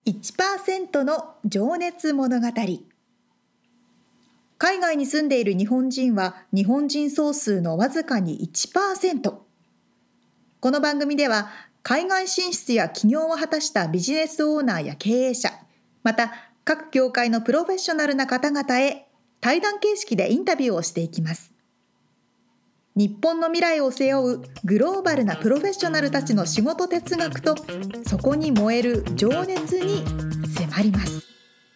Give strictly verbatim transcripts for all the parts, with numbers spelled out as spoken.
いちパーセント の情熱物語。海外に住んでいる日本人は日本人総数のわずかに いちパーセント。この番組では海外進出や起業を果たしたビジネスオーナーや経営者、また各業界のプロフェッショナルな方々へ対談形式でインタビューをしていきます。日本の未来を背負うグローバルなプロフェッショナルたちの仕事哲学とそこに燃える情熱に迫ります。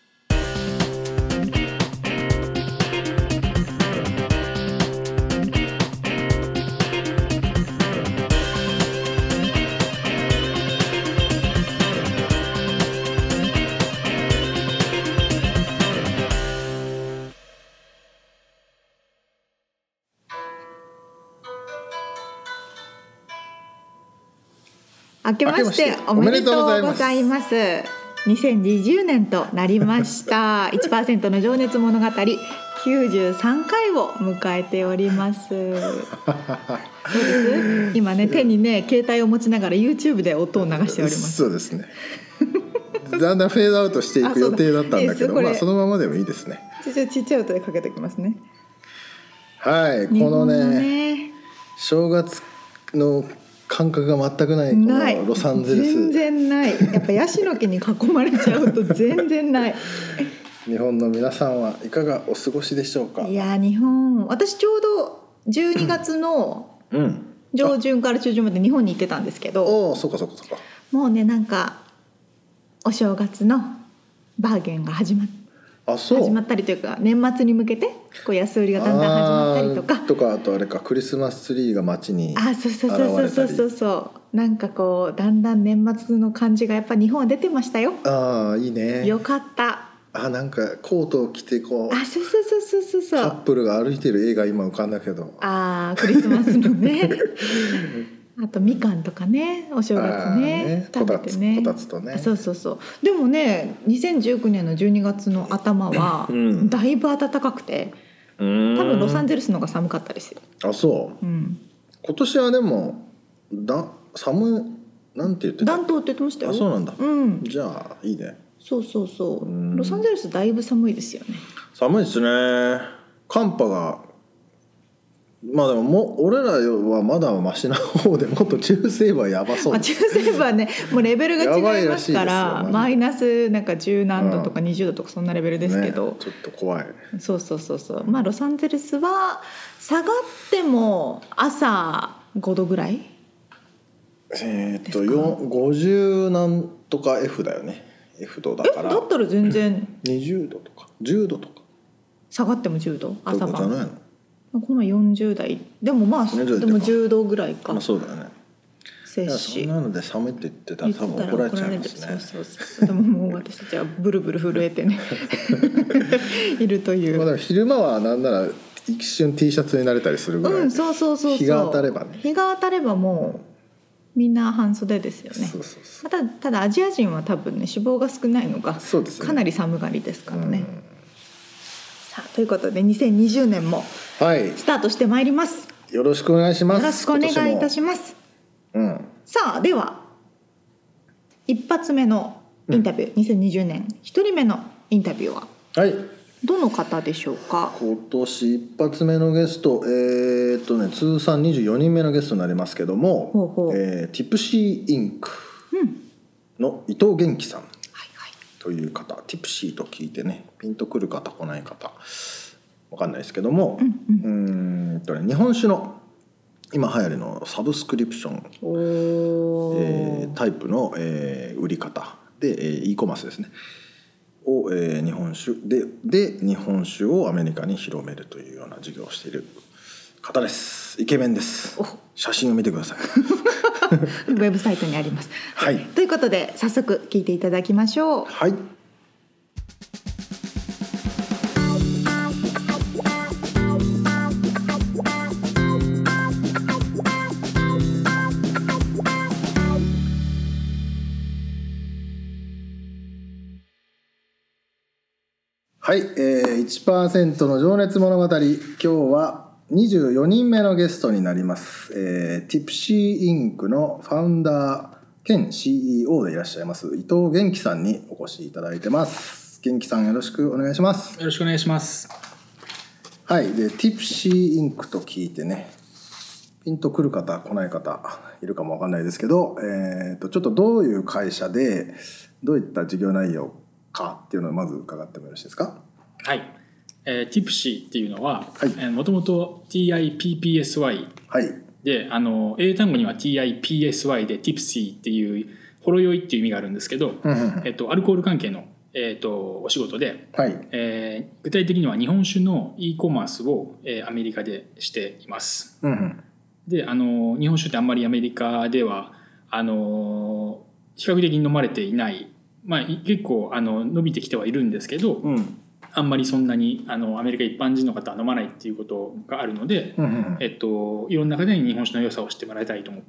明けましておめでとうございます。にせんにじゅうねんとなりましたいちパーセント の情熱物語きゅうじゅうさんかいを迎えております。どうです今ね、手にね携帯を持ちながら YouTube で音を流しております。 そうですねだんだんフェードアウトしていく予定だったんだけど、まあ、そのままでもいいですね。 ちっちゃいちっちゃい音でかけておきますね。 はい、この ね, ね正月の感覚が全くないこのロサンゼルス。 全然ない。やっぱヤシの木に囲まれちゃうと全然ない日本の皆さんはいかがお過ごしでしょうか。 いや日本、私ちょうどじゅうにがつの上旬から中旬まで日本に行ってたんですけど、 うん、おそうかそうかそうか。 もうねなんかお正月のバーゲンが始まってあそう始まったりというか、年末に向けてこう安売りがだんだん始まったりとかとか、あとあれか、クリスマスツリーが街に現れたり、 あそうそうそうそうそうそうなんかこうだんだん年末の感じがやっぱ日本は出てましたよ。 ああいいね、 よかった。 あなんかコートを着てこうあそうそうそうそうそうそうカップルが歩いてる絵が今浮かんだけど、 あクリスマスのねあとみかんとかね、お正月 ね, ね食べてね、 こたつとね。 そうそうそう。でもねにせんじゅうきゅうねんのじゅうにがつの頭はだいぶ暖かくて、うん、多分ロサンゼルスの方が寒かったですよ。 あそう、うん、今年はでもだ寒いなんて言ってた、 暖冬って言ってましたよ。 あそうなんだ、 うん、 じゃあいいね。 そうそうそう、うん、ロサンゼルスだいぶ寒いですよね。 寒いですね。寒波がまあでもも俺らはまだマシな方で、もっと中西部はやばそう、 まあ、中西部はねもうレベルが違いますからマイナスなんかじゅうなんどとかにじゅうどとかそんなレベルですけど、 ね、ちょっと怖い。そうそうそうそう。まあロサンゼルスは下がっても朝ごどぐらいえー、っとごじゅうなんとか F だよね。 F 度だから F だったら全然にじゅうどとかじゅうどとか下がってもじゅうど朝晩じゃないの。 このよんじゅうだいでもまあでもじゅうどぐらいか。 まあそうだよね。摂氏そんなので寒いって言ってたら多分怒られちゃいますね。 そうそうそうでももう私たちはブルブル震えてねいるという。 まあでも昼間はなんなら一瞬 T シャツになれたりするぐらい、 うん、そうそうそうそう、 日が当たればね日が当たればもうみんな半袖ですよね。 そうそうそう。 ただ、ただアジア人は多分ね脂肪が少ないのか、 そうですね、 かなり寒がりですからね。さあということでにせんにじゅうねんもスタートしてまいります、 はい、よろしくお願いします。 よろしくお願いいたします、うん、さあでは一発目のインタビュー、うん、にせんにじゅうねん一人目のインタビューは、はい、どの方でしょうか。 今年一発目のゲスト、えーっとね、通算にじゅうよにんめのゲストになりますけども、ほうほう、えー、ティプシーインクの伊藤元気さんという方、うん、ティプシーと聞いてねピンとくる方来ない方わかんないですけども、うんうん、うーんとね、日本酒の今流行りのサブスクリプション、えー、タイプの、えー、売り方で、えー、e コマースですねを、えー、日本酒でで日本酒をアメリカに広めるというような事業をしている方です。イケメンです。写真を見てくださいウェブサイトにあります、はい、ということで早速聞いていただきましょう。 はい。はい、えー、いちパーセント の情熱物語、今日はにじゅうよにんめのゲストになります、えー、ティプシーインクのファウンダー兼 シーイーオー でいらっしゃいます伊藤元気さんにお越しいただいてます。元気さんよろしくお願いします。 よろしくお願いします。 はい。で ティプシー インクと聞いてね、ピンとくる方来ない方いるかもわかんないですけど、えー、とちょっとどういう会社でどういった事業内容かっていうのをまず伺ってもよろしいですか。 はい、えー、ティプシーっていうのはもともと ティーアイピーピーエスワイ で、はい、あの英単語には ティーアイピーエスワイ で ティプシーっていうほろ酔いっていう意味があるんですけど、えっと、アルコール関係のえー、とお仕事で、はい、えー、具体的には日本酒の e コマースを、えー、アメリカでしています、うん、であの日本酒ってあんまりアメリカではあの比較的に飲まれていない、まあ、結構あの伸びてきてはいるんですけど、うん、あんまりそんなにあのアメリカ一般人の方は飲まないっていうことがあるので、うんうん、えっと、いろんな方に日本酒の良さを知ってもらいたいと思って、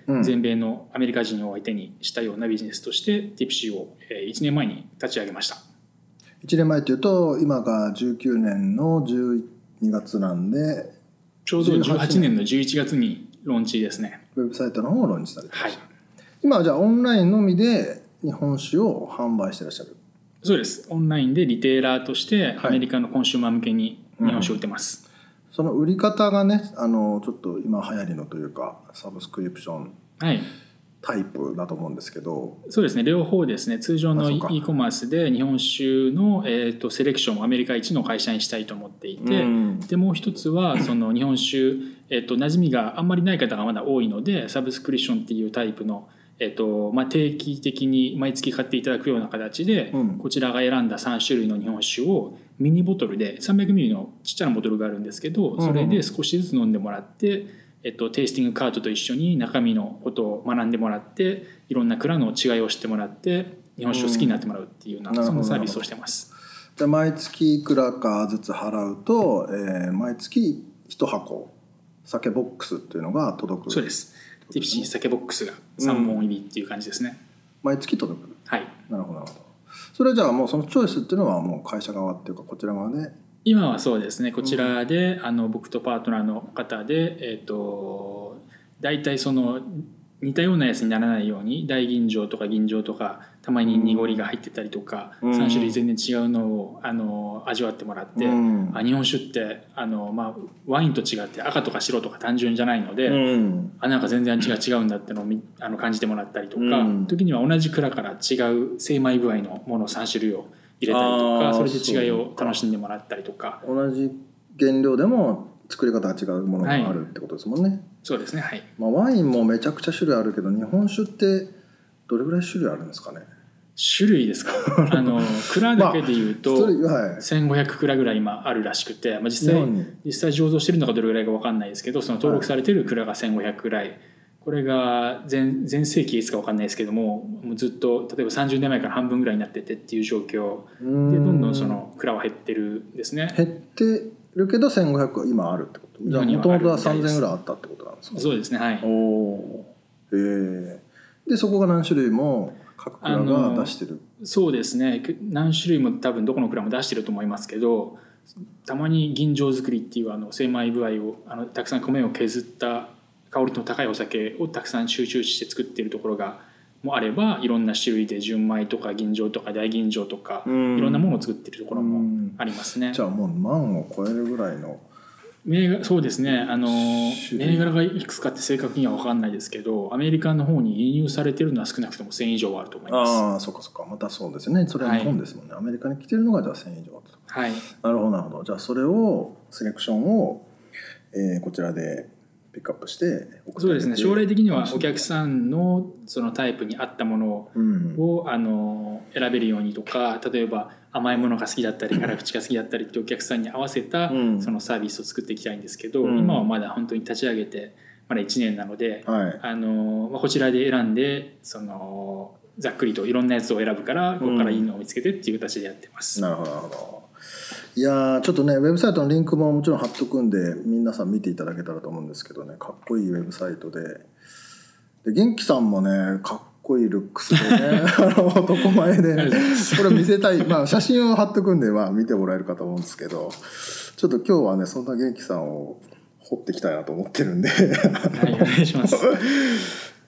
うん、全米のアメリカ人を相手にしたようなビジネスとしてティプシーをいちねんまえに立ち上げました。 いちねんまえというと今がじゅうきゅうねんのじゅうにがつなんでちょうどじゅうはちねんのじゅういちがつにローンチですね。 ウェブサイトの方をローンチされてました、はい、今はじゃあオンラインのみで日本酒を販売してらっしゃる。 そうです。オンラインでリテーラーとしてアメリカのコンシューマー向けに日本酒を売ってます、 うん、その売り方がね、あのちょっと今流行りのというかサブスクリプションタイプだと思うんですけど、はい、 そうですね、両方ですね。通常の e コマースで日本酒の、えーと、セレクションをアメリカ一の会社にしたいと思っていて、うん、でもう一つはその日本酒、えーと、馴染みがあんまりない方がまだ多いのでサブスクリプションっていうタイプのえっとまあ、定期的に毎月買っていただくような形で、うん、こちらが選んださん種類の日本酒をミニボトルで さんびゃくミリリットル のちっちゃなボトルがあるんですけど、それで少しずつ飲んでもらって、えっと、テイスティングカートと一緒に中身のことを学んでもらっていろんな蔵の違いを知ってもらって日本酒を好きになってもらうっていうような、うん、そのサービスをしてます。 で毎月いくらかずつ払うと、えー、毎月いち箱酒ボックスっていうのが届く。 そうです。ティプシー酒ボックスがさんぼん入りっていう感じですね、うん、 毎月届く。 はい。 なるほどなるほど。それじゃあもうそのチョイスっていうのはもう会社側っていうかこちら側で今はそうですね、こちらで、うん、あの僕とパートナーの方で、えーと、大体その似たようなやつにならないように大吟醸とか吟醸とかたまに濁りが入ってたりとか、うん、さん種類全然違うのをあの味わってもらって、うん、あ日本酒ってあの、まあ、ワインと違って赤とか白とか単純じゃないので、うん、あなんか全然味が違うんだってのをあの感じてもらったりとか、うん、時には同じ蔵から違う精米具合のものさん種類を入れたりとか、それで違いを楽しんでもらったりとか、 同じ原料でも作り方が違うものがあるってことですもんね、はい、 そうですね、はい。 まあ、ワインもめちゃくちゃ種類あるけど日本酒ってどれぐらい種類あるんですかね。 種類ですかあの蔵だけでいうと、まあはい、せんごひゃく蔵ぐらい今あるらしくて、まあ、実際実際醸造してるのかどれぐらいか分かんないですけど、その登録されてる蔵がせんごひゃくぐらい、これが 全, 全盛期いつか分かんないですけども、もうずっと例えばさんじゅうねんまえから半分ぐらいになっててっていう状況で、どんどんその蔵は減ってるんですね。 減ってるけどせんごひゃく今あるってこと。じゃあもともとはさんぜんぐらいあったってことなんですか。 そうですね、はい。 おへでそこが何種類も各蔵が出してる。 そうですね、何種類も多分どこの蔵も出してると思いますけど、たまに吟醸作りっていうあの精米部合をあのたくさん米を削った香りの高いお酒をたくさん集中して作っているところがもあれば、いろんな種類で純米とか吟醸とか大吟醸とかいろんなものを作っているところもありますね。 じゃあもう万を超えるぐらいの銘柄、そうですね、あの銘柄がいくつかって正確には分かんないですけど、アメリカの方に輸入されてるのは少なくともせん以上はあると思います。 ああ、そっかそっか、またそうですね。それは日本ですもんね、はい、アメリカに来てるのがじゃあせん以上と。 はい。 なるほどなるほど。じゃあそれをセレクションを、えー、こちらでピックアップして送って。そうですね、将来的にはお客さんのそのタイプに合ったものを、うんうん、あの選べるようにとか、例えば甘いものが好きだったり辛口が好きだったりってお客さんに合わせたそのサービスを作っていきたいんですけど、うん、今はまだ本当に立ち上げてまだいちねんなので、はい、あのまあ、こちらで選んでそのざっくりといろんなやつを選ぶからここからいいのを見つけてっていう形でやってます、 うん、なるほどなるほど。いやちょっとねウェブサイトのリンクももちろん貼っとくんで皆さん見ていただけたらと思うんですけどね、かっこいいウェブサイトで、で元気さんもねかっこいいルックスでねあの男前で、ね、これ見せたい、まあ、写真を貼っとくんで、まあ、見てもらえるかと思うんですけど、ちょっと今日はねそんな元気さんを掘っていきたいなと思ってるんではい、お願いします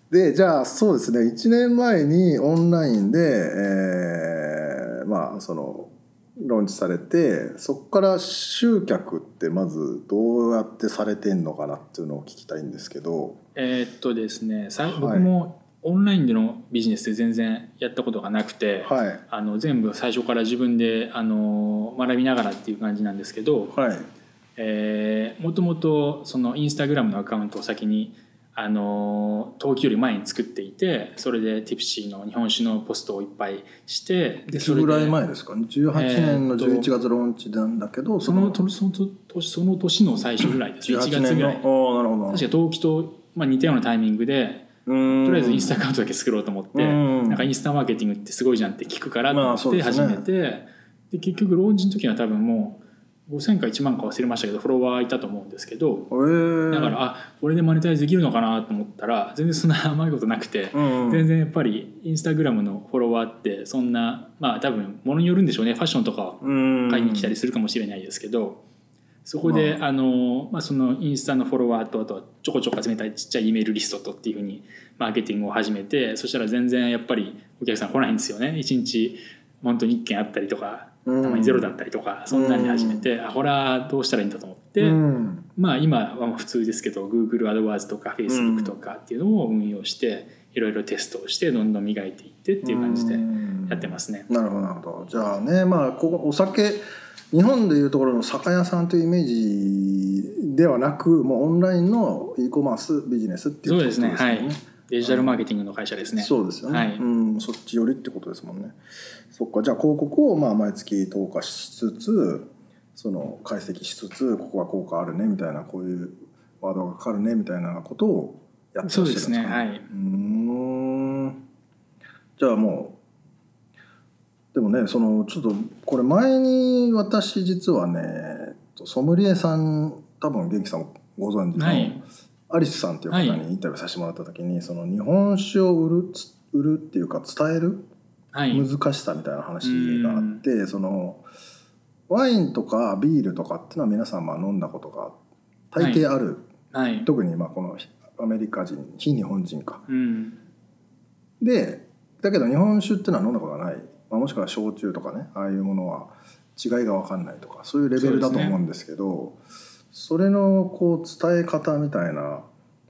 でじゃあそうですねいちねんまえにオンラインで、えー、まあそのローンチされて、そこから集客ってまずどうやってされてんのかなっていうのを聞きたいんですけど。 えー、っとですねさ、はい、僕もオンラインでのビジネスで全然やったことがなくて、はい、あの全部最初から自分であの学びながらっていう感じなんですけど、はい、えー、もともとそのインスタグラムのアカウントを先にあの登記より前に作っていて、それでティプシーの日本酒のポストをいっぱいして、 でそれぐらい前ですかね。じゅうはちねんのじゅういちがつローンチなんだけど、えー、 そのそのその年その年の最初ぐらいですいちがつぐらい。あ、なるほど。確か登記と、まあ、似たようなタイミングでとりあえずインスタアカウントだけ作ろうと思って、なんかインスタマーケティングってすごいじゃんって聞くからと思って始めて、まあでね、で結局ローンチの時は多分もうごせんかいちまんか忘れましたけどフォロワーいたと思うんですけど、だからあこれでマネタイズできるのかなと思ったら全然そんな甘いことなくて、うんうん、全然やっぱりインスタグラムのフォロワーってそんな、まあ多分ものによるんでしょうね。ファッションとか買いに来たりするかもしれないですけど、そこで、まああのまあ、そのインスタのフォロワーとあとはちょこちょこ集めたいちっちゃい E メールリストとっていうふうにマーケティングを始めて、そしたら全然やっぱりお客さん来ないんですよね。いちにち本当にいっけんあったりとかたまにゼロだったりとか、そんなに始めて、うん、あこれはどうしたらいいんだと思って、うん、まあ今は普通ですけど Google AdWords とか Facebook とかっていうのを運用していろいろテストをしてどんどん磨いていってっていう感じでやってますね。 なるほどなるほど。じゃあね、まあここお酒日本でいうところの酒屋さんというイメージではなく、もうオンラインの e コマースビジネスっていうことですね。 そうですね、はい、デジタルマーケティングの会社ですね。 そうですよね、はい、うん、そっち寄りってことですもんね。そっか。じゃあ広告をまあ毎月投下しつつ、その解析しつつ、ここは効果あるねみたいな、こういうワードがかかるねみたいなことをやってらっしゃるんですかね。そうですね、はい。うーん。じゃあもうでもね、そのちょっとこれ前に私実はねソムリエさん、多分元気さんご存知の、はい、アリスさんっていう方にインタビューさせてもらった時に、はい、その日本酒を売る売るっていうか伝える難しさみたいな話があって、はい、そのワインとかビールとかっていうのは皆さんまあ飲んだことが大抵ある、はいはい、特にまあこのアメリカ人非日本人か、うん、でだけど日本酒っていうのは飲んだことがない、まあ、もしくは焼酎とかね、ああいうものは違いが分かんないとかそういうレベルだと思うんですけど、 そ, ね、それのこう伝え方みたいな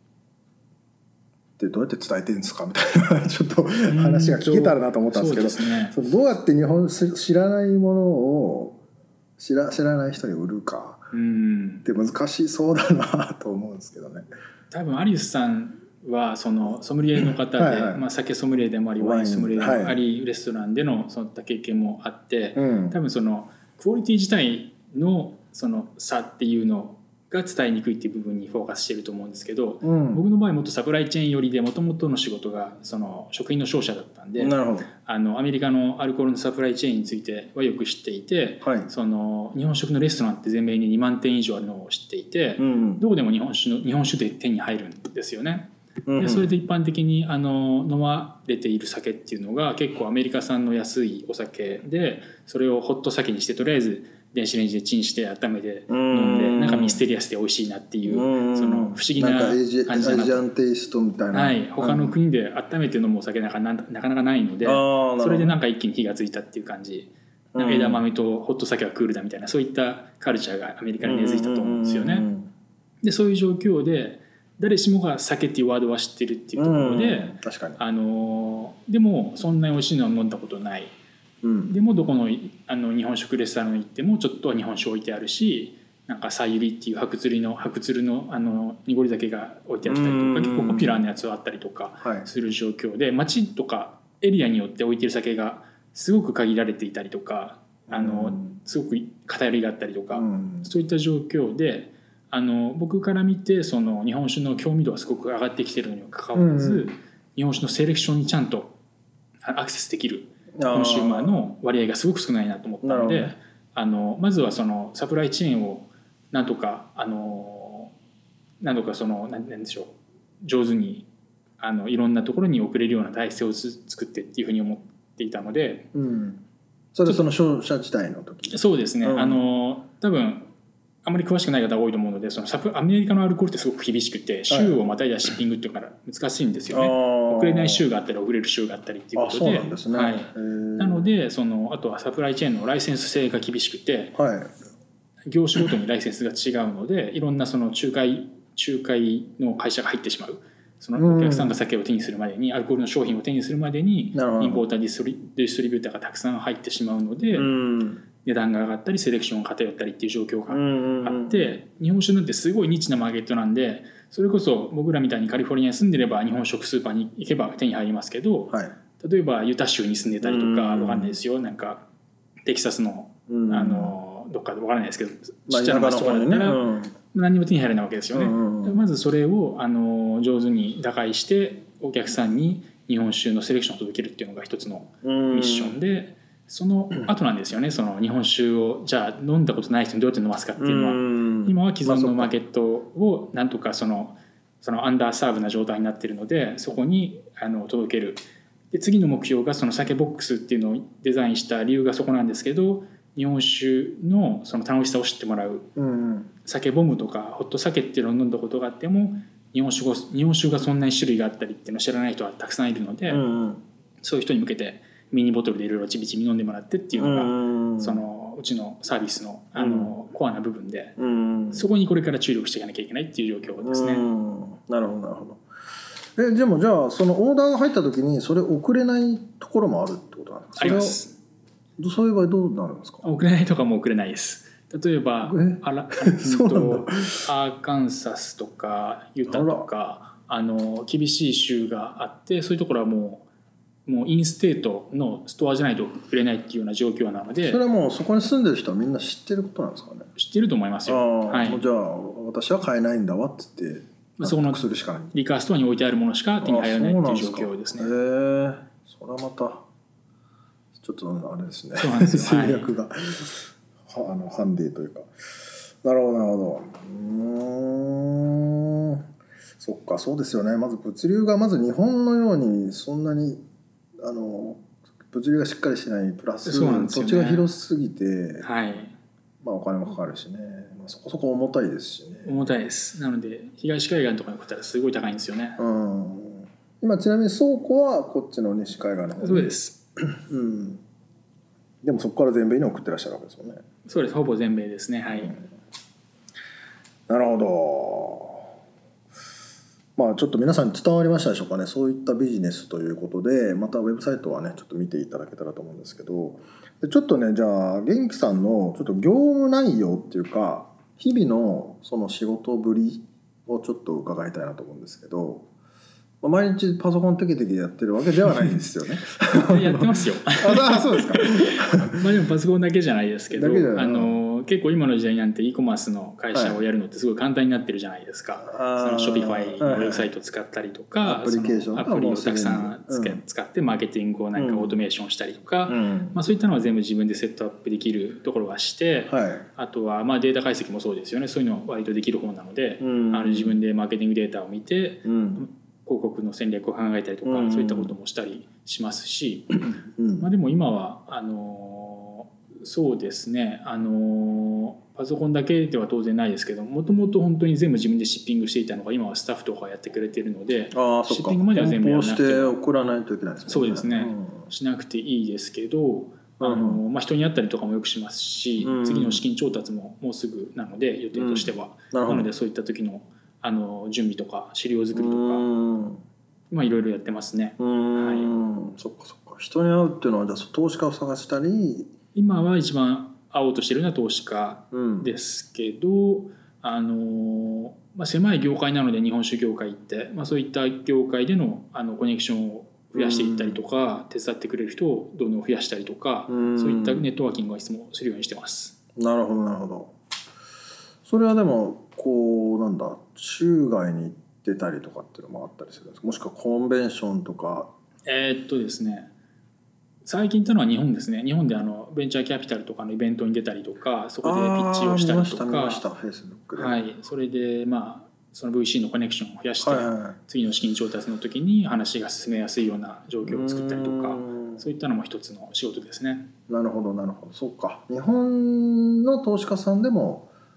でどうやって伝えてるんですかみたいなちょっと話が聞けたらなと思ったんですけど、そね、そのどうやって日本知らないものを知 ら, 知らない人に売るかって難しそうだなと思うんですけどね。 多分アリスさんはそのソムリエの方で、はいはい、まあ、酒ソムリエでもありワインソムリエでもあり、はい、レストランでのそういった経験もあって、うん、多分そのクオリティ自体 の, その差っていうのが伝えにくいっていう部分にフォーカスしてると思うんですけど、うん、僕の場合もっとサプライチェーン寄りでもともとの仕事がその食品の商社だったんで、なるほど、あのアメリカのアルコールのサプライチェーンについてはよく知っていて、はい、その日本食のレストランって全米ににまんてん以上あるのを知っていて、うん、どこでも日本酒の日本酒で手に入るんですよね。でそれで一般的にあの飲まれている酒っていうのが結構アメリカ産の安いお酒で、それをホット酒にしてとりあえず電子レンジでチンして温めて飲んで、なんかミステリアスで美味しいなっていう、その不思議な感じだな。 アジアンテイストみたいな、 はい、他の国で温めて飲むお酒なんかなかなかないので、それでなんか一気に火がついたっていう感じ。なんか枝豆とホット酒はクールだみたいな、そういったカルチャーがアメリカに根付いたと思うんですよね。でそういう状況で誰しもが酒っていうワードは知ってるっていうところで、 確かに、 あのでもそんなに美味しいのは飲んだことない、うん、でもどこ の, あの日本食レストランに行ってもちょっとは日本酒置いてあるし、なんかさゆりっていう白鶴の白鶴のあの濁り酒が置いてあったりとか、結構ポピュラーなやつがあったりとかする状況で、はい、街とかエリアによって置いてる酒がすごく限られていたりとか、あのすごく偏りがあったりとか、うん、そういった状況で、あの僕から見てその日本酒の興味度はすごく上がってきているのにもかかわらず、うん、日本酒のセレクションにちゃんとアクセスできるコンシューマーの割合がすごく少ないなと思ったので、あのまずはそのサプライチェーンをなんとかあのなんとかその何でしょう、上手にあのいろんなところに送れるような体制を作ってっていうふうに思っていたので、 うん、それはその商社時代の時。 そうですね、うん、あの多分あまり詳しくない方が多いと思うので、そのサプアメリカのアルコールってすごく厳しくて、週をまたいだシッピングっていうから難しいんですよね、はい、送れない週があったり送れる週があったりっていうことで、 そうなんですね、 はい、なのでそのあとはサプライチェーンのライセンス性が厳しくて、はい、業種ごとにライセンスが違うので、いろんなその仲介仲介の会社が入ってしまう。そのお客さんが酒を手にするまでに、アルコールの商品を手にするまでにインポーターディストリディストリビューターがたくさん入ってしまうので、値段が上がったりセレクションが偏ったりっていう状況があって、日本酒なんてすごいニッチなマーケットなんで、それこそ僕らみたいにカリフォルニアに住んでれば日本食スーパーに行けば手に入りますけど、はい、例えばユタ州に住んでたりとかわかんないですよ、なんかテキサスのあのどっかでわからないですけど、ちっちゃな町とかだったら何にも手に入らないわけですよね、うんうん、まずそれをあの上手に打開してお客さんに日本酒のセレクションを届けるっていうのが一つのミッションで、うん、その後なんですよね、その日本酒をじゃあ飲んだことない人にどうやって飲ますかっていうのは、うん、今は既存のマーケットをなんとかそのそのアンダーサーブな状態になっているので、そこにあの届ける。で次の目標がその酒ボックスっていうのをデザインした理由がそこなんですけど、日本酒 の, その楽しさを知ってもらう、うん、酒ボムとかホット酒っていうのを飲んだことがあっても日本酒が、日本酒がそんなに種類があったりっていうのを知らない人はたくさんいるので、うんうん、そういう人に向けてミニボトルでいろいろちびちび飲んでもらってっていうのが、うん、そのうちのサービス の, あの、うん、コアな部分で、うん、そこにこれから注力していかなきゃいけないっていう状況ですね、うん、 なるほどなるほど。えでもじゃあそのオーダーが入った時にそれ送れないところもあるってことなんですか？ あります。 そういう場合どうなるんですか？ 送れないとかも送れないです。例えばあらそうなんだアーカンサスとかユタとか あ, あの厳しい州があって、そういうところはもう、もうインステートのストアじゃないと売れないっていうような状況なので、 それはもうそこに住んでる人はみんな知ってることなんですかね？ 知ってると思いますよ。 あ、はい、じゃあ私は買えないんだわって言ってそこのリカーストアに置いてあるものしか手に入らないっていう状況ですね。 へえ、それはまたちょっとあれですね。そうなんですよ。制約が、はい、あのハンディというか。なるほどなるほど。うーん。そっか、そうですよね。まず物流がまず日本のようにそんなにあの物流がしっかりしないプラス、ね、土地が広すぎて、はい、まあお金もかかるしね。まあ、そこそこ重たいですしね。 重たいです。なので東海岸とかに送ったらすごい高いんですよね。 うん。今ちなみに倉庫はこっちの西海岸の方に。 そうです。 うん、でもそこから全米に送ってらっしゃるわけですよね。 そうです、ほぼ全米ですね。はい、うん、 なるほど。まあちょっと皆さんに伝わりましたでしょうかね。そういったビジネスということで、またウェブサイトはねちょっと見ていただけたらと思うんですけど、でちょっとねじゃあ元気さんのちょっと業務内容っていうか日々のその仕事ぶりをちょっと伺いたいなと思うんですけど、毎日パソコンテキテキやってるわけではないんですよね。 やってますよ。 あ、そうですか。 まあでもパソコンだけじゃないですけど、あの結構今の時代なんて e コマースの会社をやるのってすごい簡単になってるじゃないですか。はい、そのショピファイのウェブサイトを使ったりとか、はい、アプリケーションアプリをたくさんつけ、うん、使ってマーケティングをなんかオートメーションしたりとか、うん、まあそういったのは全部自分でセットアップできるところはして、はい、あとはまあデータ解析もそうですよね。そういうのは割とできる方なので、うん、あの自分でマーケティングデータを見て。うん、広告の戦略を考えたりとか、うん、そういったこともしたりしますし、うん、まあでも今はあのそうですね、あのパソコンだけでは当然ないですけど、もともと本当に全部自分でシッピングしていたのが今はスタッフとかやってくれているので、 あ、 シッピングまでは全部やらなくてして送らないといけないですね。 そうですね、うん、しなくていいですけど、あの、まあ、人に会ったりとかもよくしますし、うん、次の資金調達ももうすぐなので予定としては、うん、な, なのでそういった時のあの準備とか資料作りとか、まあいろいろやってますね。 うん、はい、そっかそっか。人に会うっていうのはじゃあ投資家を探したり、 今は一番会おうとしているのは投資家ですけど、うん、あのまあ、狭い業界なので日本酒業界って、まあ、そういった業界で の, あのコネクションを増やしていったりとか、うん、手伝ってくれる人をどんどん増やしたりとか、うん、そういったネットワーキングはいつもするようにしてます。 なるほどなるほど。それはでもこうなんだ、州外に行ってたりとかっていうのもあったりするんですか？もしくはコンベンションとか。 えー、っとですね最近というのは日本ですね。日本であのベンチャーキャピタルとかのイベントに出たりとか、そこでピッチをしたりとか、はい、それでまあその ブイシー のコネクションを増やして、はいはいはい、次の資金調達の時に話が進めやすいような状況を作ったりとか、そういったのも一つの仕事ですね。 なるほどなるほど。そうか。日本の投資家さんでもあ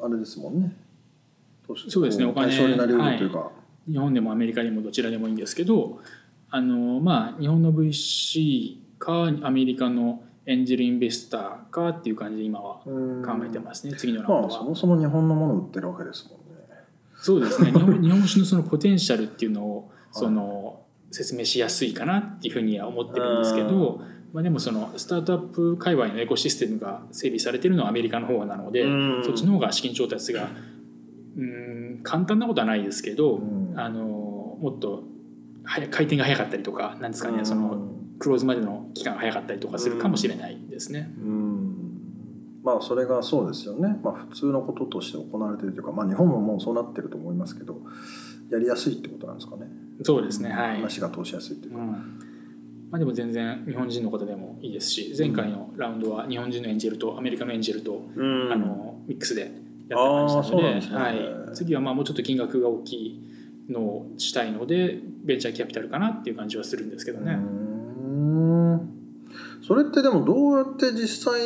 あれですもんね。 そうですね、お金対象になりうるというか、はい、日本でもアメリカでもどちらでもいいんですけど、あのまあ日本の ブイシー かアメリカのエンジェルインベスターかっていう感じで今は考えてますね。次のラウンドは、 まあ、そもそも日本のものを売ってるわけですもんね。 そうですね、日本, 日本酒のそのポテンシャルっていうのをその説明しやすいかなっていうふうには思ってるんですけど、まあ、でもそのスタートアップ界隈のエコシステムが整備されているのはアメリカの方なので、そっちの方が資金調達がうん簡単なことはないですけど、あのもっと回転が早かったりとか、なんですかね、そのクローズまでの期間が早かったりとかするかもしれないですね。 うん、まあそれがそうですよね。まあ普通のこととして行われているというか、まあ日本ももうそうなってると思いますけど、やりやすいってことなんですかね。 そうですね、はい。 話が通しやすいというか。うん、 まあ、でも全然日本人の方でもいいですし、前回のラウンドは日本人のエンジェルとアメリカのエンジェルと、うん、あのミックスでやった感じなので、ね、はい、次はまあもうちょっと金額が大きいのをしたいのでベンチャーキャピタルかなっていう感じはするんですけどね。 うーん、それってでもどうやって実際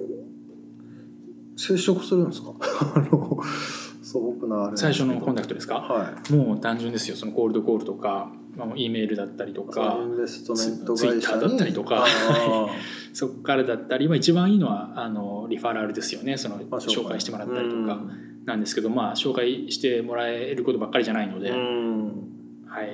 接触するんですか？あの素朴なあれ最初のコンタクトですか？ はい、 もう単純ですよ。そのコールドコールとか、まあ、E メールだったりとか、 インベストメント会社にツイッターだったりとかそこからだったり、まあ、一番いいのはあのリファラルですよね。その紹介してもらったりとかなんですけど、まあ、紹介してもらえることばっかりじゃないので、はい、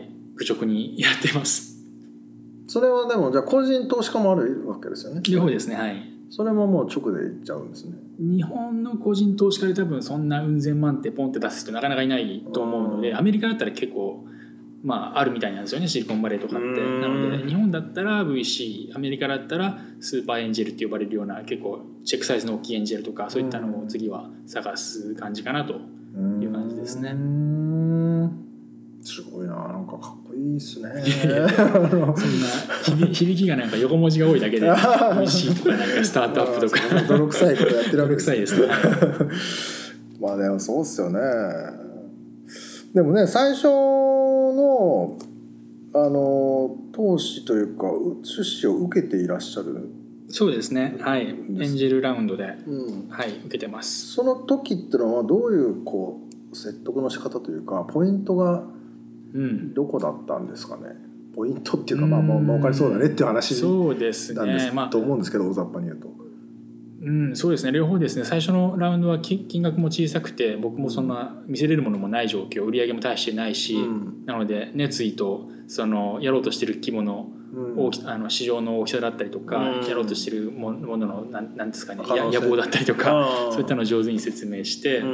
愚直にやってます。 それはでもじゃあ個人投資家もあるわけですよね。 両方ですね、はい。 それももう直でいっちゃうんですね。 日本の個人投資家で多分そんなうん千万ってポンって出す人なかなかいないと思うので、アメリカだったら結構まああるみたいなんですよね、シリコンバレーとかって。なので日本だったら ブイシー、アメリカだったらスーパーエンジェルって呼ばれるような結構チェックサイズの大きいエンジェルとかそういったのを次は探す感じかなという感じですね。 うーん、すごいな、なんかかっこいいですね。 そんな響きがなんか横文字が多いだけで ブイシー とかなんかスタートアップとか泥臭いことやってるわけですね。 泥臭いですね。 まあでもそうっすよね。でもね、最初のあの投資というか出資を受けていらっしゃる。 そうですね、はい、エンジェルラウンドで、うん、はい、受けてます。 その時ってのはどういうこう説得の仕方というかポイントがどこだったんですかね。うん、ポイントっていうか、まあまあ分かりそうだねっていう話なんですと思うんですけど、大雑把に言うと。 うん、そうですね、両方ですね。最初のラウンドは金額も小さくて僕もそんな見せれるものもない状況、売り上げも大してないし、うん、なので熱意とそのやろうとしてる規模の大き、あの市場の大きさだったりとか、うん、やろうとしてるもののなんなんですかね、や野望だったりとかそういったのを上手に説明して、うん、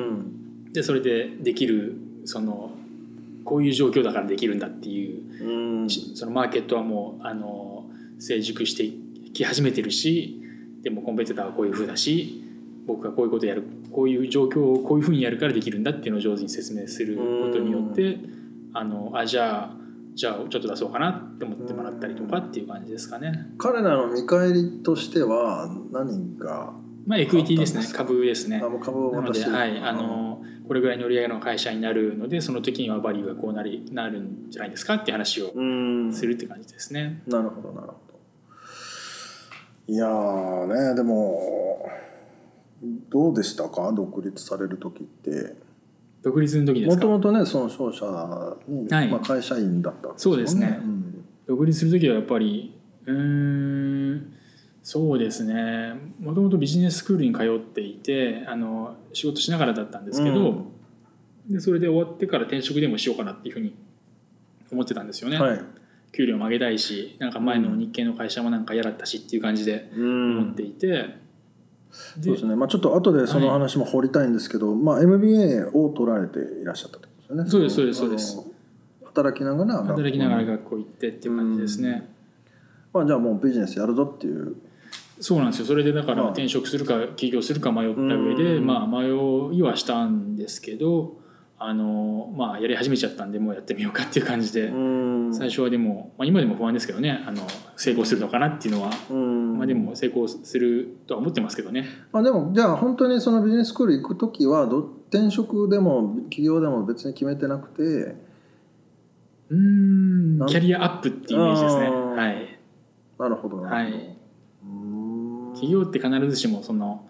でそれでできるそのこういう状況だからできるんだっていう、うん、そのマーケットはもうあの成熟してき始めてるし、でもコンペティターはこういう風だし、僕がこういうことやる、こういう状況をこういう風にやるからできるんだっていうのを上手に説明することによって、あのあじゃあじゃあちょっと出そうかなって思ってもらったりとかっていう感じですかね。 彼らの見返りとしては何が、 まあ、エクイティですね、株ですね。 あ、もう株を渡してる。 なので、はい、あのこれぐらいの売り上げの会社になるので、その時にはバリューがこうなりなるんじゃないですかっていう話をするって感じですね。 なるほどなるほど。いやーね、でもどうでしたか、独立される時って。 独立の時ですか。 もともとね、その商社に、はい、まあ、会社員だったんですよね。 そうですね、うん、独立する時はやっぱりうーんそうですね、もともとビジネススクールに通っていて、あの仕事しながらだったんですけど、うん、でそれで終わってから転職でもしようかなっていうふうに思ってたんですよね。はい、給料も上げたいし、なんか前の日系の会社もなんか嫌だったしっていう感じで思っていて、うん、 そうですね、まあ、ちょっと後でその話も掘りたいんですけど、はい、まあ、エムビーエー を取られていらっしゃったってことですよね。 そうですそうですそうです。 働きながら働きながら学校行ってっていう感じですね。 まあ、じゃあもうビジネスやるぞっていう。 そうなんですよ。それでだから転職するか起業するか迷った上で、まあ、迷いはしたんですけど、あのまあ、やり始めちゃったんでもうやってみようかっていう感じで、最初はでも、まあ、今でも不安ですけどね、あの成功するのかなっていうのは、まあ、でも成功するとは思ってますけどね。 まあ、でもじゃあ本当にそのビジネススクール行く時はど転職でも起業でも別に決めてなくて、うーんキャリアアップっていうイメージですね。はい、 なるほどなるほど。 はい、起業って必ずしもその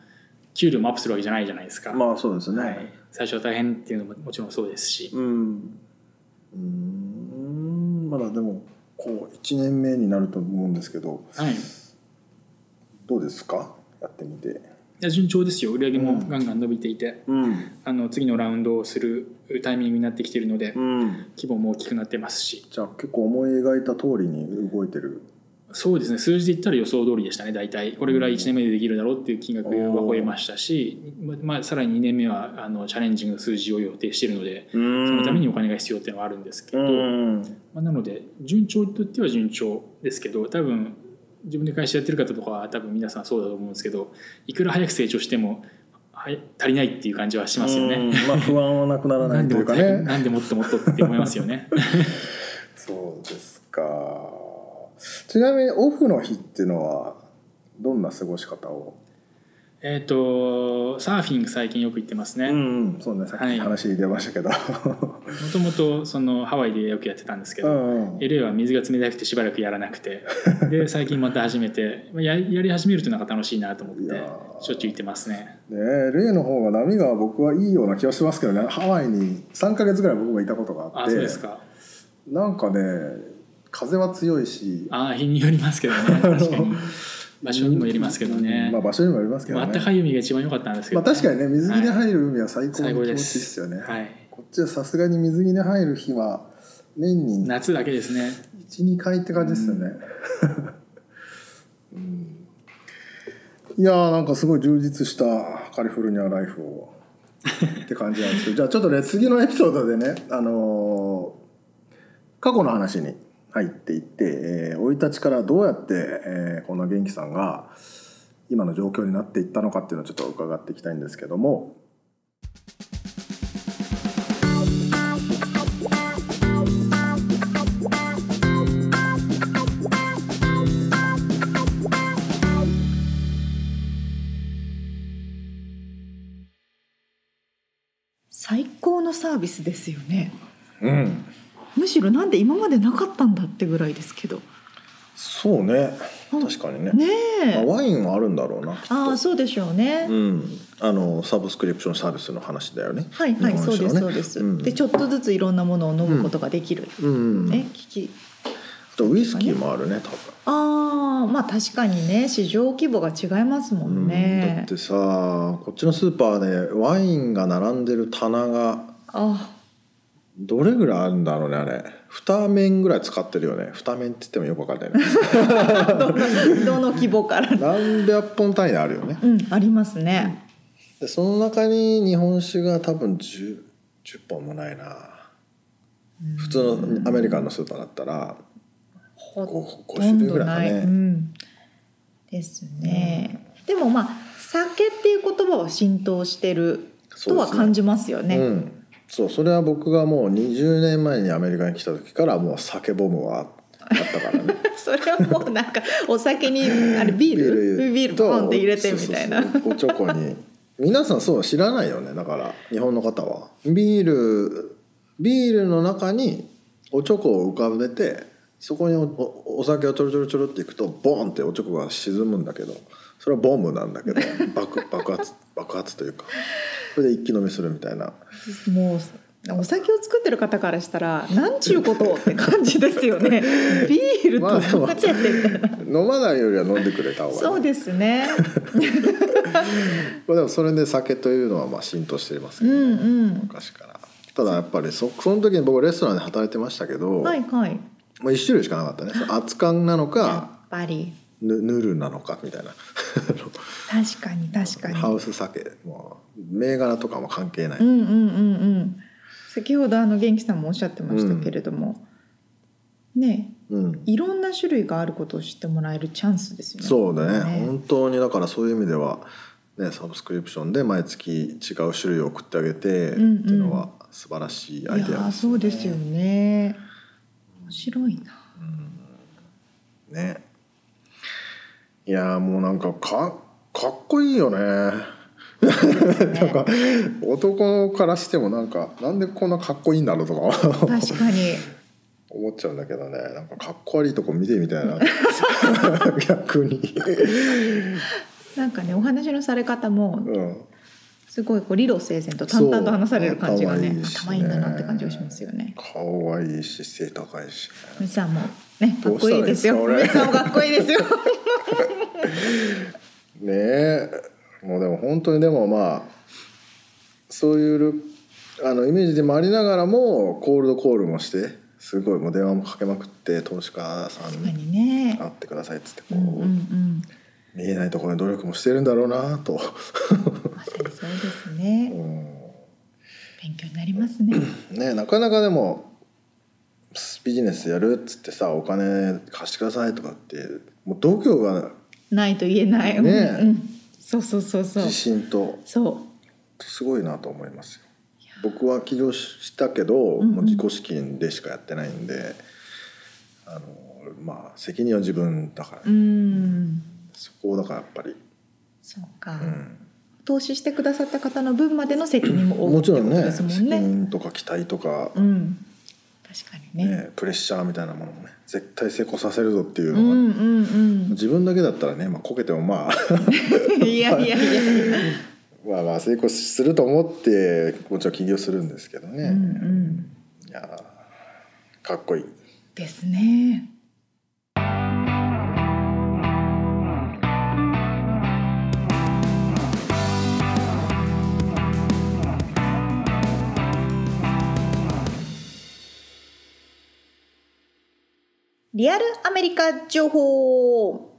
給料もアップするわけじゃないじゃないですか。 まあそうですね、 はい、最初は大変っていうのももちろんそうですし、 うん、うーんまだでもこういちねんめになると思うんですけど、 はい、 どうですかやってみて。 いや順調ですよ。売り上げもガンガン伸びていて、うん、あの次のラウンドをするタイミングになってきているので、うん、規模も大きくなってますし。 じゃあ結構思い描いた通りに動いてる。 そうですね、数字で言ったら予想通りでしたね。大体これぐらいいちねんめでできるだろうっていう金額は超えましたし、まあ、さらににねんめはあのチャレンジング数字を予定しているので、そのためにお金が必要っていうのはあるんですけど、まあ、なので順調といっては順調ですけど、多分自分で会社やってる方とかは多分皆さんそうだと思うんですけど、いくら早く成長してもはい足りないっていう感じはしますよね。 まあ、不安はなくならないというかね。 なんでもっともっとって思いますよね。 そうですか。ちなみにオフの日っていうのはどんな過ごし方を？ えっとサーフィン最近よく行ってますね。 うん、そうね、さっき話出ましたけど、もともとそのハワイでよくやってたんですけど、うんうん、エルエー は水が冷たくてしばらくやらなくて、で最近また始めて や, やり始めるとなんか楽しいなと思ってしょっちゅう行ってますね。 ね、エルエー の方が波が僕はいいような気がしますけどね。ハワイにさんかげつぐらい僕もいたことがあって、 あ、そうですか。 なんかね、風は強いし、 あ、日によりますけどね。確かに場所にもよりますけどね。 まあ、場所にもよりますけどね。 あったかい海が一番良かったんですけど、ね、 まあ、確かにね、水着で入る海は最高の気持ちですよね。 はい、 こっちはさすがに水着で入る日は年に夏だけですね。 いち、にかいって感じですよね。うん、いやーなんかすごい充実したカリフォルニアライフをって感じなんですけど、じゃあちょっとね次のエピソードでね、あのー、過去の話に入っていって、生い立ちからどうやって、えー、この元気さんが今の状況になっていったのかっていうのをちょっと伺っていきたいんですけども、 最高のサービスですよね。 うん、 むしろなんで今までなかったんだってぐらいですけど。 そうね、確かにね。 ねえ、 まあ、ワインはあるんだろうな。 ああ、そうでしょうね。 うん、あのサブスクリプションサービスの話だよね。 はいはい、ね、そうですそうです。うん、でちょっとずついろんなものを飲むことができる。うん、ね、聞き。 あとウイスキーもあるね、多分。 ああ、まあ確かにね、市場規模が違いますもんね。 うん、だってさ、こっちのスーパーでワインが並んでる棚が。あ。どれぐらいあるんだろうね、あれ。に面ぐらい使ってるよね。に面って言ってもよく分かんないね。 どの規模から何百本単位であるよね。 うん、ありますね。 でその中に日本酒が多分 10, じゅっぽんもないな。普通のアメリカンのスーパーだったら 5, ご種類ぐらいかね。うん、 ですね。でもまあ酒っていう言葉は浸透してるとは感じますよね。 うん、そう、それは僕がもうにじゅうねんまえにアメリカに来た時からもう酒ボムはあったからね。 それはもうなんかお酒にあれビールビールビールポンって入れてみたいな。 そうそうそう、おちょこに皆さんそう知らないよね。だから日本の方はビールビールの中におちょこを浮かべて、そこに お, お酒をちょろちょろちょろっていくとボーンっておちょこが沈むんだけど、それはボムなんだけど爆, 爆発爆発というか、それで一気飲みするみたいな。 もうお酒を作ってる方からしたらなんちゅうことって感じですよね。ビールと飲まちゃってみたいな、まあ、 飲まないよりは飲んでくれた方が、ね、 そうですね。 でもそれで酒というのはまあ浸透していますけど、ね、うんうん、昔から。ただやっぱり そ, その時に僕レストランで働いてましたけど、はいはい、まあ、いち種類しかなかったね。熱燗なのかやっぱりヌルなのかみたいな。 確かに確かに。 ハウス酒もう銘柄とかも関係ない。 うんうんうんうん。先ほどあの元気さんもおっしゃってましたけれども、うん、ね、うん、いろんな種類があることを知ってもらえるチャンスですよね。 そうだね。ね、本当にだからそういう意味では、ね、サブスクリプションで毎月違う種類を送ってあげて、うんうん、っていうのは素晴らしいアイデアですね。いや、 そうですよね。面白いな。 うん、ね。いやもうなんか か, かっこいいよね。なんか男からしてもなんかなんでこんなかっこいいんだろうとか確かに思っちゃうんだけどね。なんかかっこ悪いとこ見てみたいな。逆になんかねお話のされ方も、 うん、 すごいこう理路整然と淡々と話される感じがね頭いいんだなって感じがしますよね。 可愛いし背高いし、ね、 梅さんもねかっこいいですよ。梅さんもかっこいいですよねえ、もうでも本当にでもまあそういうあのイメージでもありながらもコールドコールもしてすごいもう電話もかけまくって投資家さんに会ってくださいっつってこう、うんうんうん、見えないところに努力もしてるんだろうなとまさにそうですね、うん、勉強になりますねね。なかなかでもビジネスやるっつってさお金貸してくださいとかってもう度胸がないと言えないね、うんうん、そうそうそうそう自信とそうすごいなと思いますよ。僕は起業したけど、うんうん、もう自己資金でしかやってないんであの、まあ、責任は自分だから、ね、うんそこをだからやっぱりそうか、うん、投資してくださった方の分までの責任も大きいってことですもんね。 もちろんね責任とか期待とか、 うん、確かに ね, ねプレッシャーみたいなものもね絶対成功させるぞっていうのが、うんうんうん、自分だけだったらね、まあ、こけてもまあいやいやいやいやまあまあ成功すると思ってもちろん起業するんですけどね、うんうん、いやかっこいいですね。リアルアメリカ情報。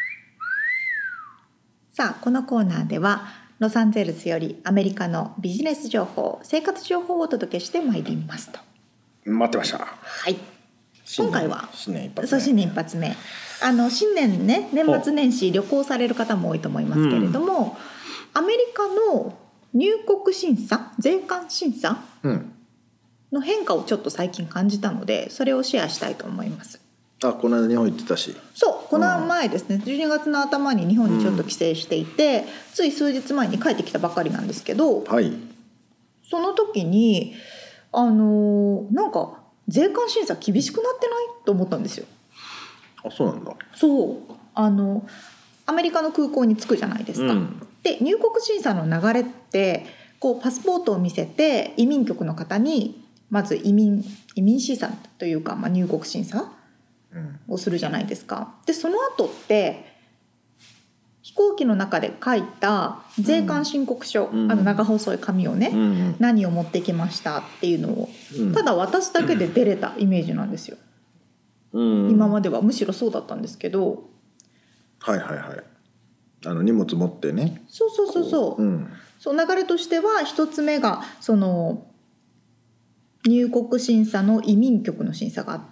さあこのコーナーではロサンゼルスよりアメリカのビジネス情報生活情報をお届けしてまいりますと。 待ってました。 はい。今回は新年一発目。 そう新年一発目あの新年ね年末年始旅行される方も多いと思いますけれども、うん、アメリカの入国審査税関審査の変化をちょっと最近感じたのでそれをシェアしたいと思います。 あ、この間日本行ってたし。 そうこの前ですね、うん、じゅうにがつの頭に日本にちょっと帰省していて、うん、つい数日前に帰ってきたばかりなんですけど、 はい、 その時にあのー、なんか税関審査厳しくなってないと思ったんですよ。 あ、そうなんだ。 そうあのアメリカの空港に着くじゃないですか、うん、で入国審査の流れってこうパスポートを見せて移民局の方にまず移民移民審査というか、まあ、入国審査をするじゃないですか。でその後って飛行機の中で書いた税関申告書、うん、あの長細い紙をね、うん、何を持ってきましたっていうのを、うん、ただ渡すだけで出れたイメージなんですよ、うん、今まではむしろそうだったんですけど、 はいはいはい、あの荷物持ってね、 そうそうそうそう、うん、そう流れとしては一つ目がその入国審査の移民局の審査があって、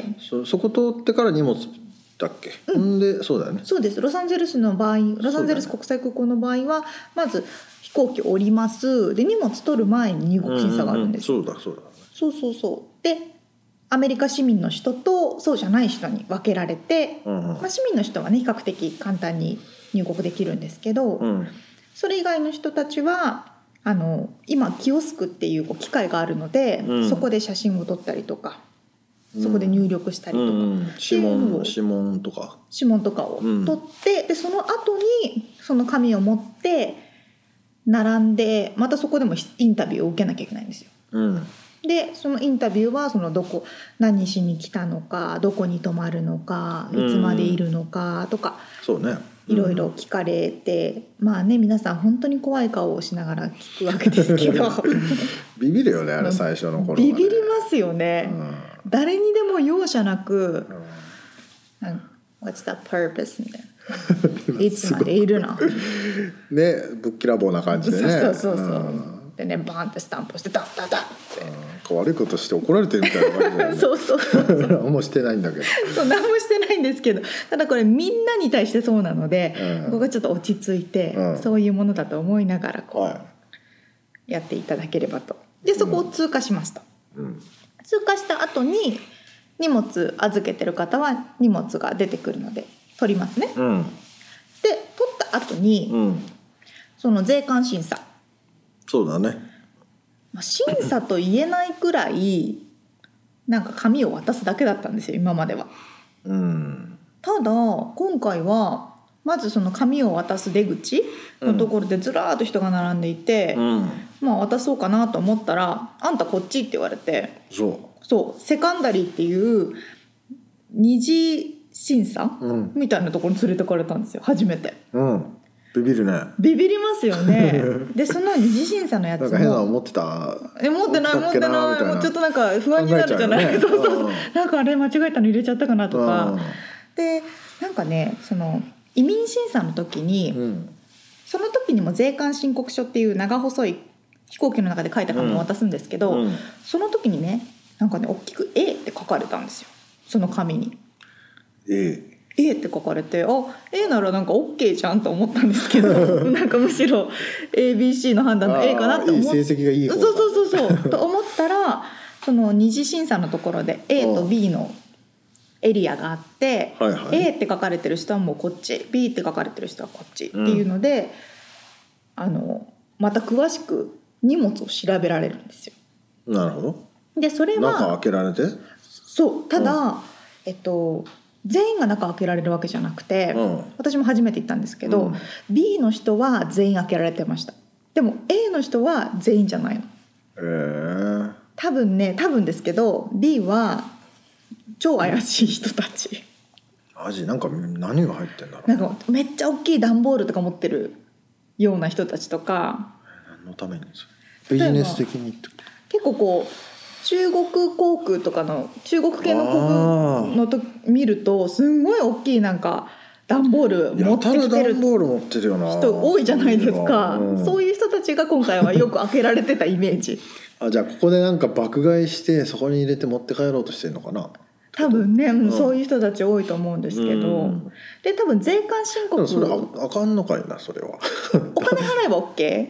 そ, そこ通ってから荷物だっけ、うん、でそうだよね。 そうです。ロサンゼルスの場合ロサンゼルス国際空港の場合は、ね、まず飛行機降りますで荷物取る前に入国審査があるんです、 うんうんうん、そうだそうだ、 そうそうそうでアメリカ市民の人とそうじゃない人に分けられて、うんうんまあ、市民の人はね比較的簡単に入国できるんですけど、うん、それ以外の人たちはあの今キオスクっていう機械があるので、うん、そこで写真を撮ったりとかそこで入力したりとか、うん、 指紋、指紋とか指紋とかを取って、うん、でその後にその紙を持って並んでまたそこでもインタビューを受けなきゃいけないんですよ、うん、でそのインタビューはそのどこ何しに来たのかどこに泊まるのかいつまでいるのかとか、 うん、そうねいろいろ聞かれて、まあね皆さん本当に怖い顔をししながら聞くわけですけどビビるよねあれ最初の頃は、 ね、ビビりますよね、うん、誰にでも容赦なく、うん、What's the purpose? みたいないつまでいるのねぶっきらぼうな感じでねそうそうそうそう、うんでねバーンってスタンプをしてダッダッダッって、 うん、悪いことして怒られてるみたいな感じだよねそうそうそうそう何もしてないんだけどそう何もしてないんですけどただこれみんなに対してそうなので、うん、ここがちょっと落ち着いて、うん、そういうものだと思いながらこう、はい、やっていただければとでそこを通過しますと、うん、通過した後に荷物預けてる方は荷物が出てくるので取りますね、うん、で取った後に、うん、その税関審査そうだね、 まあ、審査と言えないくらいなんか紙を渡すだけだったんですよ今までは、うん、ただ今回はまずその紙を渡す出口のところでずらーっと人が並んでいて、うん、まあ渡そうかなと思ったらあんたこっちって言われて、 そうそうセカンダリーっていう二次審査、うん、みたいなところに連れてかれたんですよ初めて、 うん、ビビるね。 ビビりますよねでその二次審査のやつもなんか変なの持ってたえ持ってない持ってないもうちょっとなんか不安になるじゃない、ね、そうそうなんかあれ間違えたの入れちゃったかなとかでなんかねその移民審査の時に、うん、その時にも税関申告書っていう長細い飛行機の中で書いた紙を渡すんですけど、うんうん、その時にねなんかね大きく エー って書かれたんですよその紙に。 A A って書かれてあ A ならなんか OK じゃんと思ったんですけどなんかむしろ エービーシー の判断の A かなって思っていい成績がいい方そうそうそうそうと思ったらその二次審査のところで A と B のエリアがあって、はいはい、A って書かれてる人はもうこっち B って書かれてる人はこっちっていうので、うん、あのまた詳しく荷物を調べられるんですよ。 なるほど。 でそれは中開けられてそうただ、うんえっと、全員が中開けられるわけじゃなくて、うん、私も初めて行ったんですけど、うん、B の人は全員開けられてました。でも A の人は全員じゃないの。 えー、 多分ね多分ですけど B は超怪しい人たち。 マジなんか何が入ってんだろう。 なんかめっちゃ大きい段ボールとか持ってるような人たちとか。 何のためにビジネス的にってこと結構こう中国航空とかの中国系の航空のと見るとすんごい大きいなんか段ボール持ってきてる人多いじゃないですか、うん、そういう人たちが今回はよく開けられてたイメージあじゃあここでなんか爆買いしてそこに入れて持って帰ろうとしてるのかな。 多分ね、うん、そういう人たち多いと思うんですけど、うん、で多分税関申告それ あ, あかんのかいなそれはお金払えば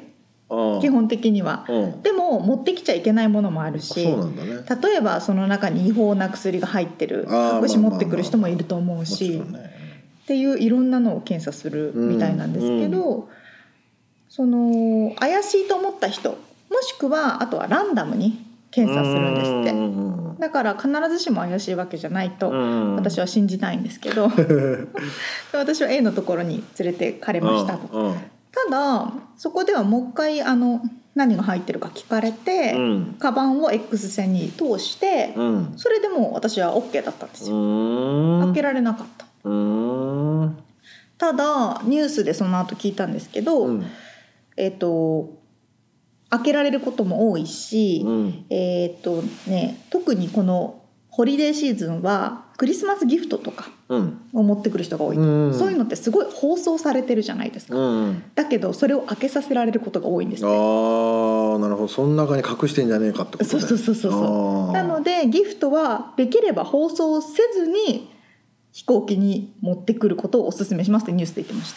OK 基本的には、うん、でも持ってきちゃいけないものもあるしそうなんだ、ね、 例えばその中に違法な薬が入ってる隠し持ってくる人もいると思うし、まあまあまあまあっていういろんなのを検査するみたいなんですけど、うんうん、その怪しいと思った人もしくはあとはランダムに検査するんですって。だから必ずしも怪しいわけじゃないと私は信じたいんですけど私は A のところに連れてかれましたと。ただそこではもう一回あの何が入ってるか聞かれて、うん、カバンを X 線に通して、うん、それでも私は OK だったんですよ。開けられなかった。うーんただニュースでその後聞いたんですけど、うんえー、と開けられることも多いし、うんえーとね、特にこのホリデーシーズンはクリスマスギフトとかを持ってくる人が多いと、うん、そういうのってすごい包装されてるじゃないですか、うん、だけどそれを開けさせられることが多いんですね。 あーなるほどその中に隠してんじゃねえかってことね。 そうそうそうそうなのでギフトはできれば包装せずに飛行機に持ってくることをお勧めしますってニュースで言ってました。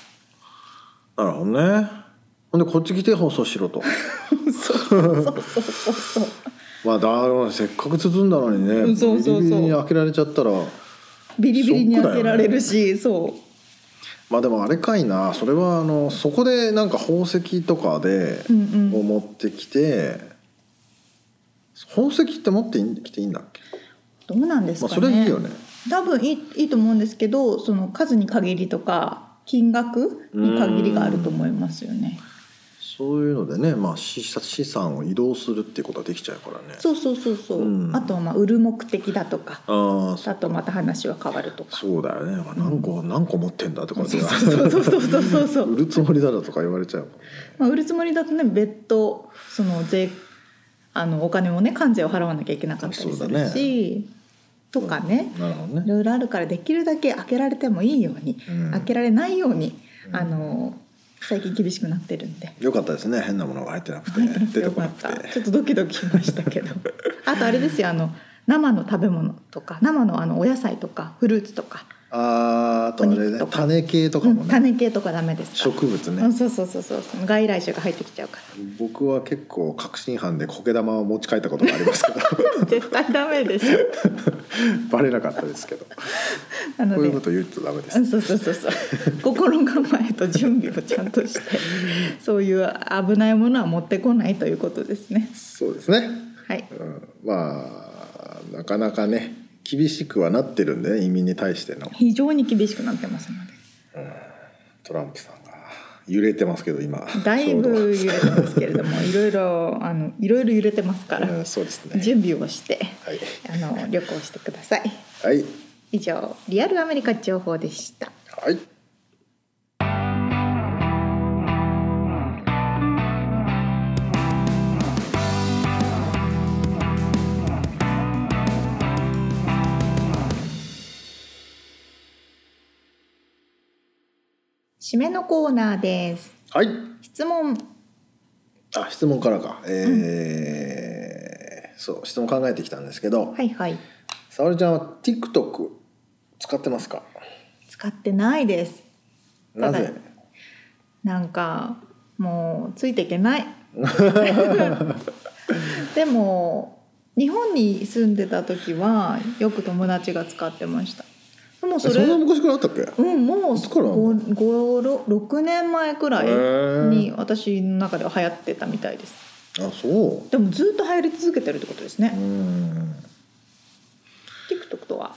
なるほどね。ほんでこっち来て放送しろとそうそうそうそうそうまあだせっかく包んだのにねそうそうそうビリビリに開けられちゃったらビリビリに開けられるし、ね、そうまあでもあれかいなそれはあのそこでなんか宝石とかで、うんうん、を持ってきて宝石って持ってきていいんだっけ。 どうなんですかね、 まあ、それいいよね多分いい、いいと思うんですけどその数に限りとか金額に限りがあると思いますよね。 そういうのでね、まあ、資産を移動するっていうことができちゃうからね。 そうそうそうそう、うん、あとはまあ売る目的だとかああとまた話は変わるとか。 そうだよね、まあ、何個、うん、何個持ってんだとかそうそうそうそうそうそう売るつもりだとか言われちゃう、 まあ、売るつもりだとね別途その税あのお金をね関税を払わなきゃいけなかったりするし、ね、とかね、なるほどねいろいろあるからできるだけ開けられてもいいように、うん、開けられないように、うん、あの最近厳しくなってるんでよかったですね。変なものが入ってなくて出てこなくてちょっとドキドキしましたけどあとあれですよあの生の食べ物とか生のあのお野菜とかフルーツとかああとあれね種系とかもね、うん、 種系とかダメですか植物ね、 うん、そうそうそうそうその外来種が入ってきちゃうから。 僕は結構確信犯で苔玉を持ち帰ったことがありますから絶対ダメでしょバレなかったですけどなのでこういうこと言うとダメです、 うん、そうそうそうそう心構えと準備をちゃんとしてそういう危ないものは持ってこないということですね。 そうですねはい、 うん、まあなかなかね厳しくはなってるんで、ね、移民に対しての非常に厳しくなってますので、 トランプさんが揺れてますけど今だいぶ揺れてますけれどもいろいろあのいろいろ揺れてますから、 うん、そうですね、 準備をして、 はい、 あの旅行してください。 はい、 以上リアルアメリカ情報でした。 はい。 締めのコーナーです。 はい。 質問。 あ、質問からか。えーうん、そう質問考えてきたんですけど。 はいはい。 沙織ちゃんは TikTok 使ってますか？ 使ってないです。 なぜ？ なんかもうついていけない。でも日本に住んでた時はよく友達が使ってました。もうそれそんな昔からあったっけ？ うんもうご、ろくねんまえくらいに私の中では流行ってたみたいです。 あ、そう。 でもずっと流行り続けてるってことですね。 うん。 TikTok とは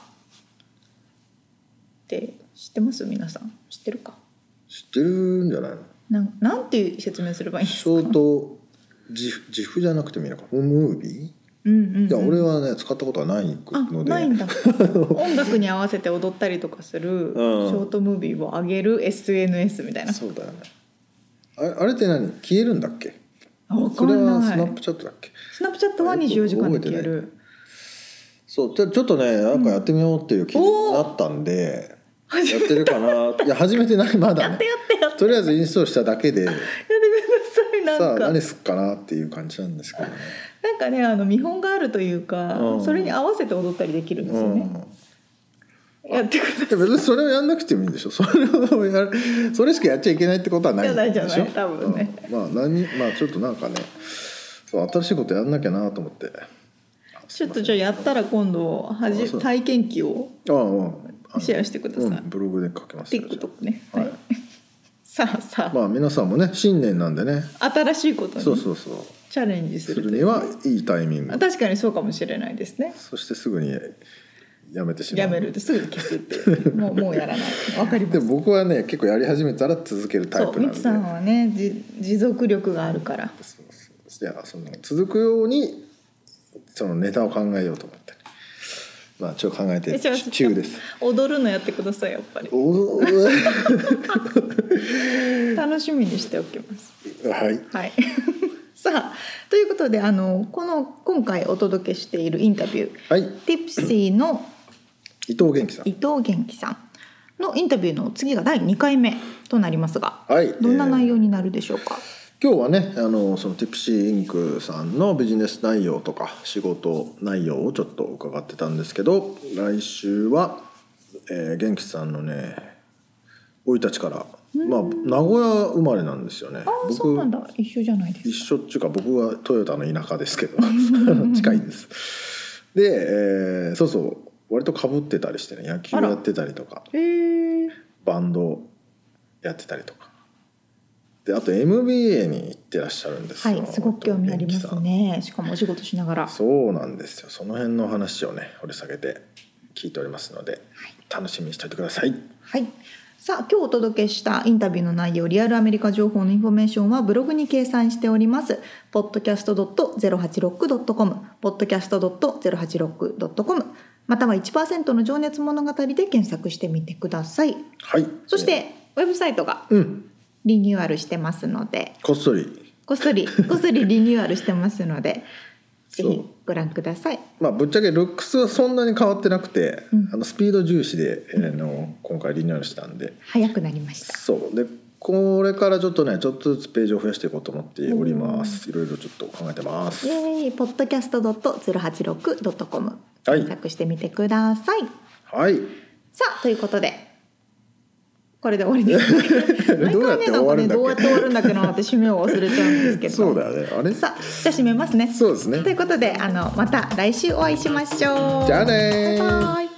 って知ってます？皆さん知ってるか？ 知ってるんじゃないの？ なんなんて説明すればいいんですか？ ショートジフ、ジフじゃなくてもいいのか。ムービー？ うんうんうん、いや俺はね使ったことはないので。 ないんだ。音楽に合わせて踊ったりとかするショートムービーを上げる エスエヌエス みたいな。 そうだよね。あれ、あれって何？消えるんだっけ？ わかんない。 それはスナップチャットだっけ？ スナップチャットはにじゅうよじかんで消える。 そうちょっとねなんかやってみようっていう気になったんで、うん、やってるかな。いや始めてないまだね。 やってやってやって。 とりあえずインストールしただけで。やってください。なんか。 さあ何すっかなっていう感じなんですけどね。 なんかねあの見本があるというか、うん、それに合わせて踊ったりできるんですよね。うん、やってください。 別にそれをやんなくてもいいんでしょ。それをやるそれしかやっちゃいけないってことはないんでしょ。 じゃないじゃない多分ね。 うん、まあ何まあちょっとなんかねそう新しいことやんなきゃなと思って。 ちょっとじゃあやったら今度はじ体験記をシェアしてください。 うん、ブログで書けます。 TikTok ね。はい。さあさあ。 まあ皆さんもね新年なんでね。 新しいことにそうそうそうチャレンジするするにはいいタイミング。 確かにそうかもしれないですね。 そしてすぐにやめてしまう。 やめるってすぐ消すっていうもうもうやらない。わかります。 でも僕はね結構やり始めたら続けるタイプなんで。そう、みつさんはね持続力があるから。 そうそういやその続くようにそのネタを考えようと思って。まあちょっと考えて中です。 踊るのやってくださいやっぱり。楽しみにしておきます。 はい。 はい。さあということであのこの今回お届けしているインタビュー、 はい、 ティプシーの伊藤元気さん伊藤元気さんのインタビューの次がだいにかいめとなりますが、 はい、 どんな内容になるでしょうか？ えー、今日はねあのそのティプシーインクさんのビジネス内容とか仕事内容をちょっと伺ってたんですけど、来週は、えー、元気さんのね生い立ちからまあ、名古屋生まれなんですよね。 あ僕そうなんだ一緒じゃないですか。 一緒っていうか僕はトヨタの田舎ですけど近いです。で、えー、そうそう割と被ってたりしてね野球やってたりとかバンドやってたりとかであと エムビーエー に行ってらっしゃるんですよ。 はいすごく興味ありますね。しかもお仕事しながら。 そうなんですよ。その辺の話をね掘り下げて聞いておりますので、はい、楽しみにしておいてください。 はいさあ今日お届けしたインタビューの内容リアルアメリカ情報のインフォメーションはブログに掲載しております ポッドキャストドットゼロはちろくドットコム ポッドキャストドットゼロはちろくドットコム または いちパーセント の情熱物語で検索してみてください。 はいそしてウェブサイトがリニューアルしてますので、 うん、こっそりこっそりこっそりリニューアルしてますのでぜひご覧ください。 まあ、ぶっちゃけルックスはそんなに変わってなくて、うん、あのスピード重視で、えー、の今回リニューアルしたんで早くなりました。 そうでこれからちょっとねちょっとずつページを増やしていこうと思っております。いろいろちょっと考えてます。 イエーイポッドキャストドットゼロはちろくドットコム検索してみてください。 はいさあということでこれで終わりです。 どうやって終わるんだっけ？ どうやって終わるんだっけなって締めを忘れちゃうんですけど。 そうだよね。あれ？ さあじゃあ締めますね。 そうですね。 ということであのまた来週お会いしましょう。 じゃあねー。 バイバイ。